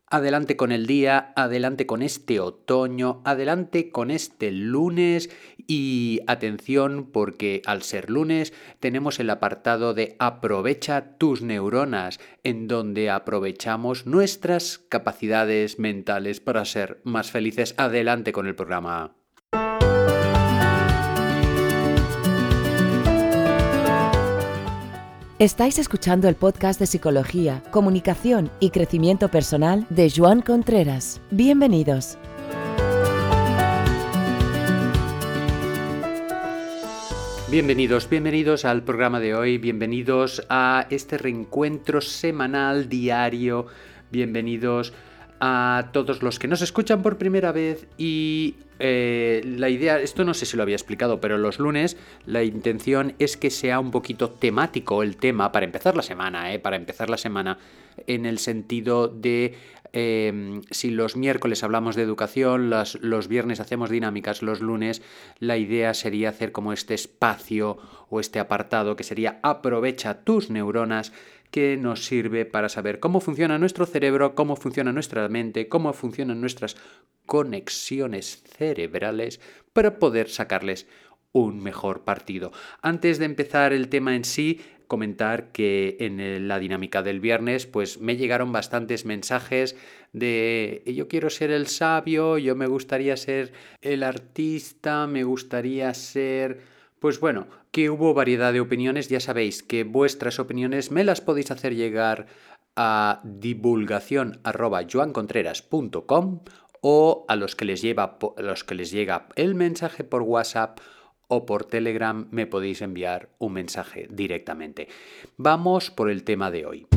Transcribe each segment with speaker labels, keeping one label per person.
Speaker 1: Adelante con el día, adelante con este otoño, adelante con este lunes y atención porque al ser lunes tenemos el apartado de Aprovecha tus neuronas, en donde aprovechamos nuestras capacidades mentales para ser más felices. Adelante con el programa.
Speaker 2: Estáis escuchando el podcast de Psicología, Comunicación y Crecimiento Personal de Joan Contreras. Bienvenidos.
Speaker 1: Bienvenidos al programa de hoy, bienvenidos a este reencuentro semanal, diario, bienvenidos a todos los que nos escuchan por primera vez y la idea, esto no sé si lo había explicado, pero los lunes la intención es que sea un poquito temático el tema para empezar la semana, en el sentido de si los miércoles hablamos de educación, los viernes hacemos dinámicas, los lunes la idea sería hacer como este espacio o este apartado que sería aprovecha tus neuronas, que nos sirve para saber cómo funciona nuestro cerebro, cómo funciona nuestra mente, cómo funcionan nuestras conexiones cerebrales para poder sacarles un mejor partido. Antes de empezar el tema en sí, comentar que en la dinámica del viernes pues me llegaron bastantes mensajes de yo quiero ser el sabio, yo me gustaría ser el artista, me gustaría ser... Pues bueno, que hubo variedad de opiniones, ya sabéis que vuestras opiniones me las podéis hacer llegar a divulgación@joancontreras.com o a los que les llega el mensaje por WhatsApp o por Telegram me podéis enviar un mensaje directamente. Vamos por el tema de hoy.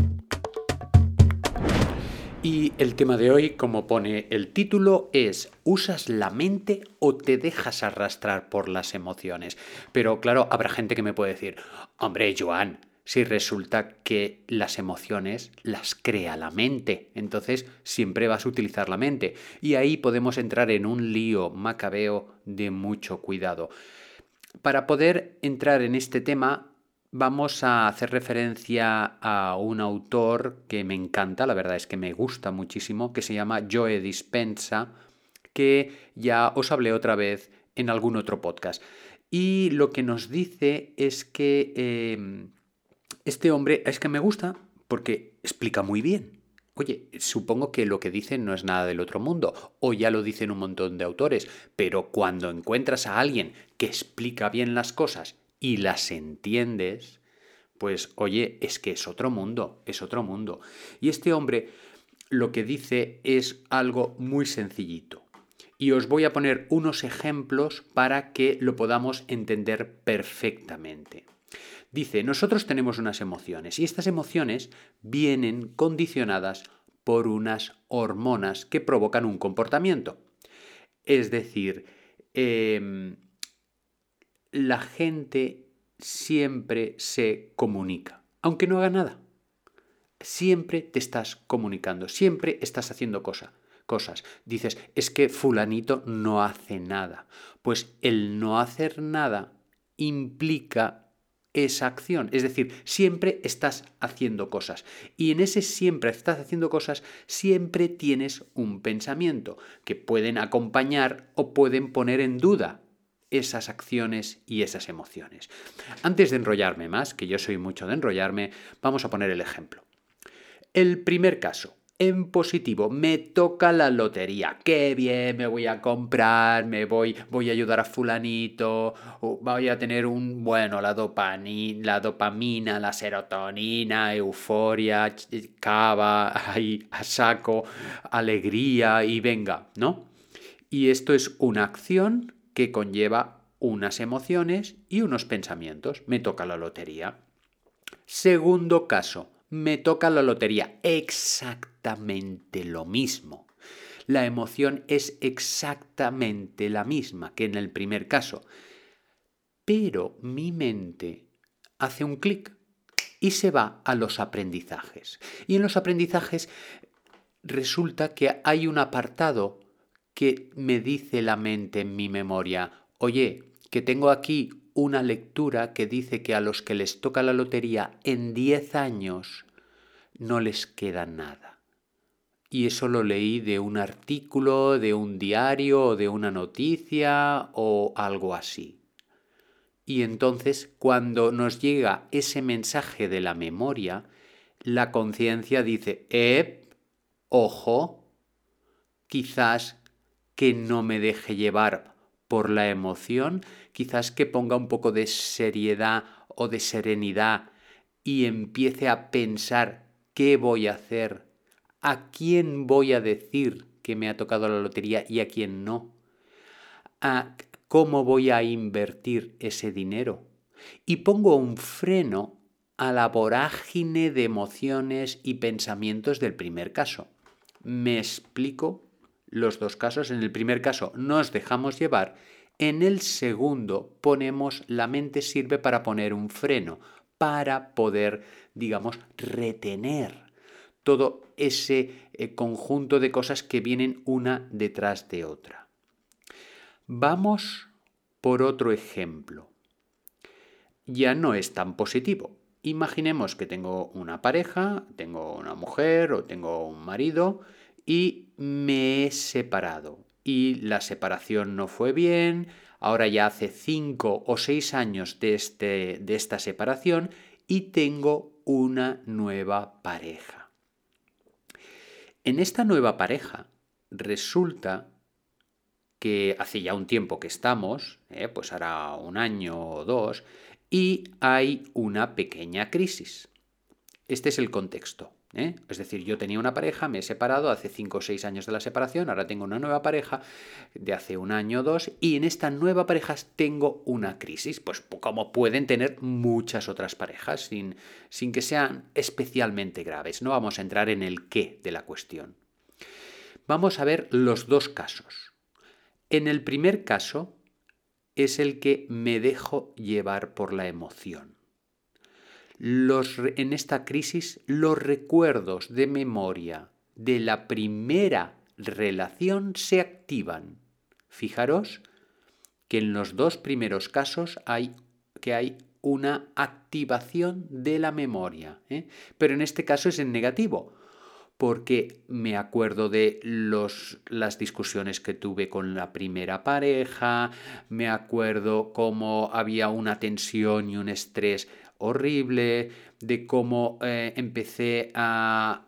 Speaker 1: Y el tema de hoy, como pone el título, es ¿usas la mente o te dejas arrastrar por las emociones? Pero claro, habrá gente que me puede decir, hombre, Joan, si resulta que las emociones las crea la mente, entonces siempre vas a utilizar la mente. Y ahí podemos entrar en un lío macabeo de mucho cuidado. Para poder entrar en este tema, vamos a hacer referencia a un autor que me encanta, la verdad es que me gusta muchísimo, que se llama Joe Dispenza, que ya os hablé otra vez en algún otro podcast. Y lo que nos dice es que este hombre, es que me gusta porque explica muy bien. Oye, supongo que lo que dicen no es nada del otro mundo, o ya lo dicen un montón de autores, pero cuando encuentras a alguien que explica bien las cosas y las entiendes, pues oye, es que es otro mundo, es otro mundo. Y este hombre lo que dice es algo muy sencillito. Y os voy a poner unos ejemplos para que lo podamos entender perfectamente. Dice, nosotros tenemos unas emociones y estas emociones vienen condicionadas por unas hormonas que provocan un comportamiento. Es decir, la gente siempre se comunica, aunque no haga nada. Siempre te estás comunicando, siempre estás haciendo cosas. Dices, es que fulanito no hace nada. Pues el no hacer nada implica esa acción. Es decir, siempre estás haciendo cosas. Y en ese siempre estás haciendo cosas, siempre tienes un pensamiento que pueden acompañar o pueden poner en duda esas acciones y esas emociones. Antes de enrollarme más, que yo soy mucho de enrollarme, vamos a poner el ejemplo. El primer caso, en positivo, me toca la lotería. ¡Qué bien! Me voy a comprar, voy a ayudar a fulanito, voy a tener la dopamina, la serotonina, euforia, cava, ahí a saco, alegría y venga, ¿no? Y esto es una acción que conlleva unas emociones y unos pensamientos. Me toca la lotería. Segundo caso, me toca la lotería. Exactamente lo mismo. La emoción es exactamente la misma que en el primer caso. Pero mi mente hace un clic y se va a los aprendizajes. Y en los aprendizajes resulta que hay un apartado que me dice la mente en mi memoria, oye, que tengo aquí una lectura que dice que a los que les toca la lotería en 10 años no les queda nada. y eso lo leí de un artículo, de un diario o de una noticia o algo así. Y entonces, cuando nos llega ese mensaje de la memoria, la conciencia dice, ojo, quizás que no me deje llevar por la emoción, quizás que ponga un poco de seriedad o de serenidad y empiece a pensar qué voy a hacer, a quién voy a decir que me ha tocado la lotería y a quién no, a cómo voy a invertir ese dinero. Y pongo un freno a la vorágine de emociones y pensamientos del primer caso. Me explico los dos casos. En el primer caso nos dejamos llevar. En el segundo la mente sirve para poner un freno, para poder, digamos, retener todo ese conjunto de cosas que vienen una detrás de otra. Vamos por otro ejemplo. Ya no es tan positivo. Imaginemos que tengo una pareja, tengo una mujer o tengo un marido y me he separado. Y la separación no fue bien, ahora ya hace 5 o 6 años de esta separación y tengo una nueva pareja. En esta nueva pareja resulta que hace ya un tiempo que estamos, pues hará un año o 2, y hay una pequeña crisis. Este es el contexto. Es decir, yo tenía una pareja, me he separado hace 5 o 6 años de la separación, ahora tengo una nueva pareja de hace un año o 2, y en esta nueva pareja tengo una crisis, pues como pueden tener muchas otras parejas, sin que sean especialmente graves. No vamos a entrar en el qué de la cuestión. Vamos a ver los dos casos. En el primer caso es el que me dejo llevar por la emoción. En esta crisis, los recuerdos de memoria de la primera relación se activan. Fijaros que en los dos primeros casos hay una activación de la memoria, pero en este caso es en negativo, porque me acuerdo de las discusiones que tuve con la primera pareja, me acuerdo cómo había una tensión y un estrés horrible, de cómo empezó a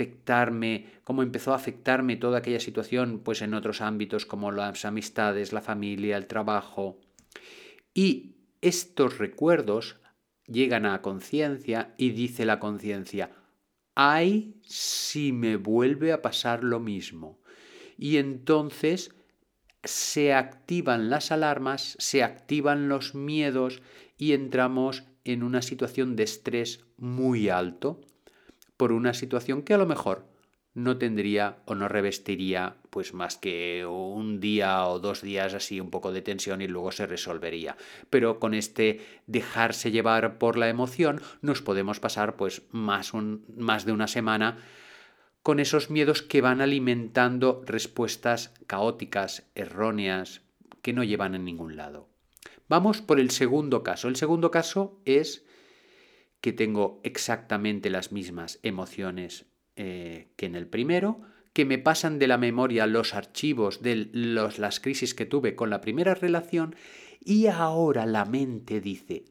Speaker 1: afectarme toda aquella situación pues en otros ámbitos como las amistades, la familia, el trabajo. Y estos recuerdos llegan a conciencia y dice la conciencia, ¡ay, si me vuelve a pasar lo mismo! Y entonces se activan las alarmas, se activan los miedos y entramos en una situación de estrés muy alto por una situación que a lo mejor no tendría o no revestiría pues más que un día o 2 días así un poco de tensión y luego se resolvería. Pero con este dejarse llevar por la emoción nos podemos pasar pues más de una semana con esos miedos que van alimentando respuestas caóticas, erróneas, que no llevan a ningún lado. Vamos por el segundo caso. El segundo caso es que tengo exactamente las mismas emociones que en el primero, que me pasan de la memoria los archivos de las crisis que tuve con la primera relación y ahora la mente dice,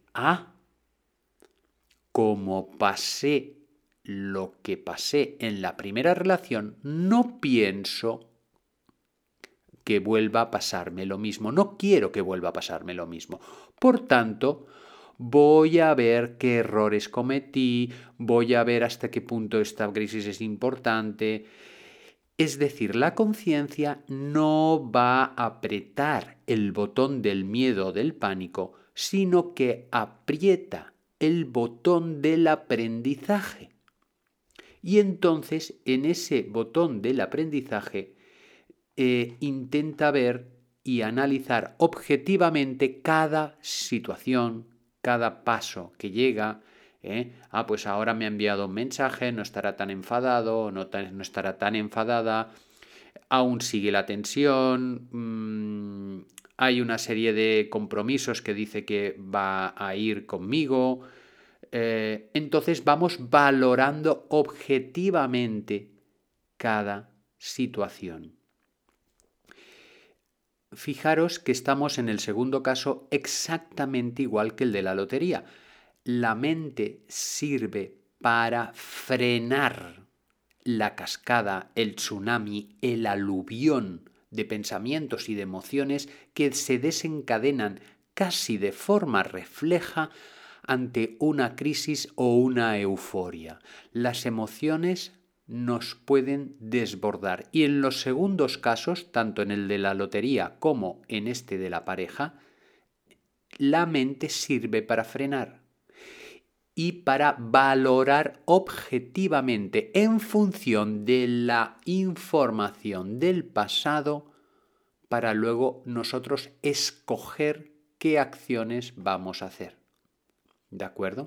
Speaker 1: como pasé lo que pasé en la primera relación, no pienso que vuelva a pasarme lo mismo, no quiero que vuelva a pasarme lo mismo. Por tanto, voy a ver qué errores cometí, voy a ver hasta qué punto esta crisis es importante. Es decir, la conciencia no va a apretar el botón del miedo o del pánico, sino que aprieta el botón del aprendizaje. Y entonces, en ese botón del aprendizaje, intenta ver y analizar objetivamente cada situación, cada paso que llega. Pues ahora me ha enviado un mensaje, no estará tan enfadado, no estará tan enfadada, aún sigue la tensión, hay una serie de compromisos que dice que va a ir conmigo. Entonces vamos valorando objetivamente cada situación. Fijaros que estamos en el segundo caso exactamente igual que el de la lotería. La mente sirve para frenar la cascada, el tsunami, el aluvión de pensamientos y de emociones que se desencadenan casi de forma refleja ante una crisis o una euforia. Las emociones nos pueden desbordar y en los segundos casos, tanto en el de la lotería como en este de la pareja, la mente sirve para frenar y para valorar objetivamente en función de la información del pasado para luego nosotros escoger qué acciones vamos a hacer. ¿De acuerdo?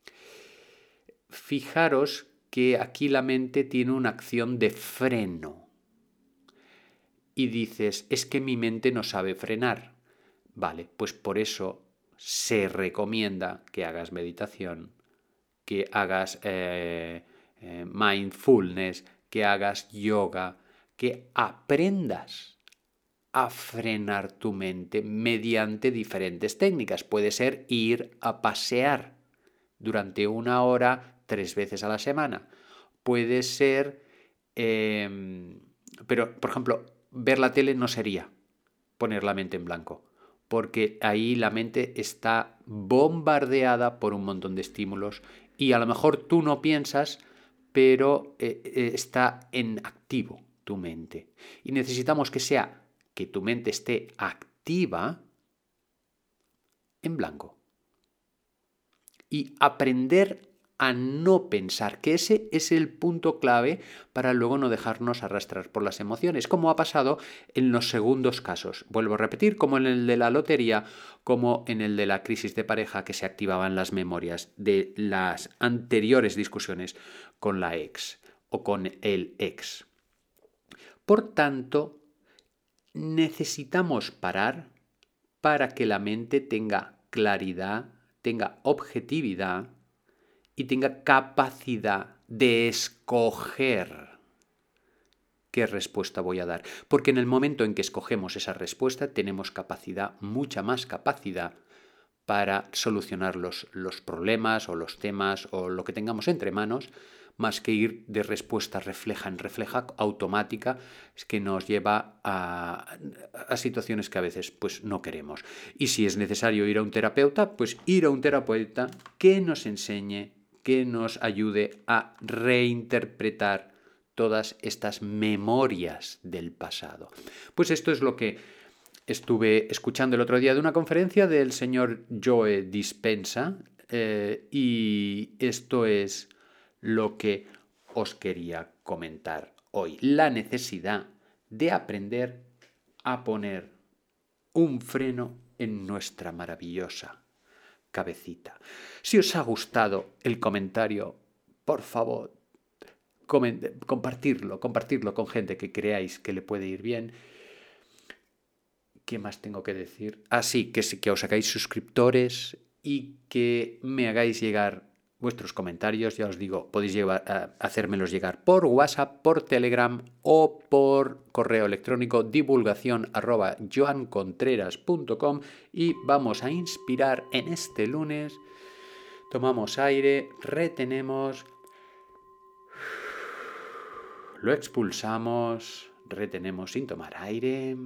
Speaker 1: Fijaros que aquí la mente tiene una acción de freno. Y dices, es que mi mente no sabe frenar. Vale, pues por eso se recomienda que hagas meditación, que hagas mindfulness, que hagas yoga, que aprendas a frenar tu mente mediante diferentes técnicas. Puede ser ir a pasear durante 1 hora 3 veces a la semana. Puede ser, pero por ejemplo, ver la tele no sería poner la mente en blanco, porque ahí la mente está bombardeada por un montón de estímulos y a lo mejor tú no piensas, pero está en activo tu mente. Y necesitamos que tu mente esté activa en blanco. Y aprender a no pensar, que ese es el punto clave para luego no dejarnos arrastrar por las emociones, como ha pasado en los segundos casos. Vuelvo a repetir, como en el de la lotería, como en el de la crisis de pareja que se activaban las memorias de las anteriores discusiones con la ex o con el ex. Por tanto, necesitamos parar para que la mente tenga claridad, tenga objetividad y tenga capacidad de escoger qué respuesta voy a dar. Porque en el momento en que escogemos esa respuesta tenemos capacidad, mucha más capacidad para solucionar los problemas o los temas o lo que tengamos entre manos, más que ir de respuesta refleja en refleja automática, es que nos lleva a situaciones que a veces pues no queremos. Y si es necesario ir a un terapeuta, pues ir a un terapeuta que nos enseñe, que nos ayude a reinterpretar todas estas memorias del pasado. Pues esto es lo que estuve escuchando el otro día de una conferencia del señor Joe Dispenza y esto es lo que os quería comentar hoy. La necesidad de aprender a poner un freno en nuestra maravillosa cabecita. Si os ha gustado el comentario, por favor, compartirlo con gente que creáis que le puede ir bien. ¿Qué más tengo que decir? Sí, que os hagáis suscriptores y que me hagáis llegar vuestros comentarios. Ya os digo, podéis hacérmelos llegar por WhatsApp, por Telegram o por correo electrónico divulgación@joancontreras.com y vamos a inspirar en este lunes. Tomamos aire, retenemos, lo expulsamos, retenemos sin tomar aire.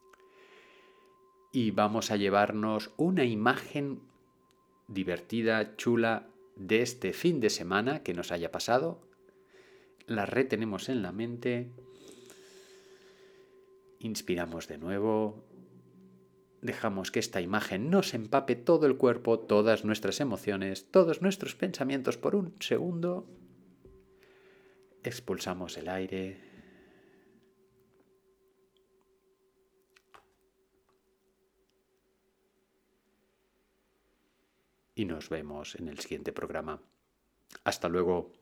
Speaker 1: Y vamos a llevarnos una imagen divertida, chula, de este fin de semana que nos haya pasado. La retenemos en la mente. Inspiramos de nuevo. Dejamos que esta imagen nos empape todo el cuerpo, todas nuestras emociones, todos nuestros pensamientos por un segundo. Expulsamos el aire. Y nos vemos en el siguiente programa. Hasta luego.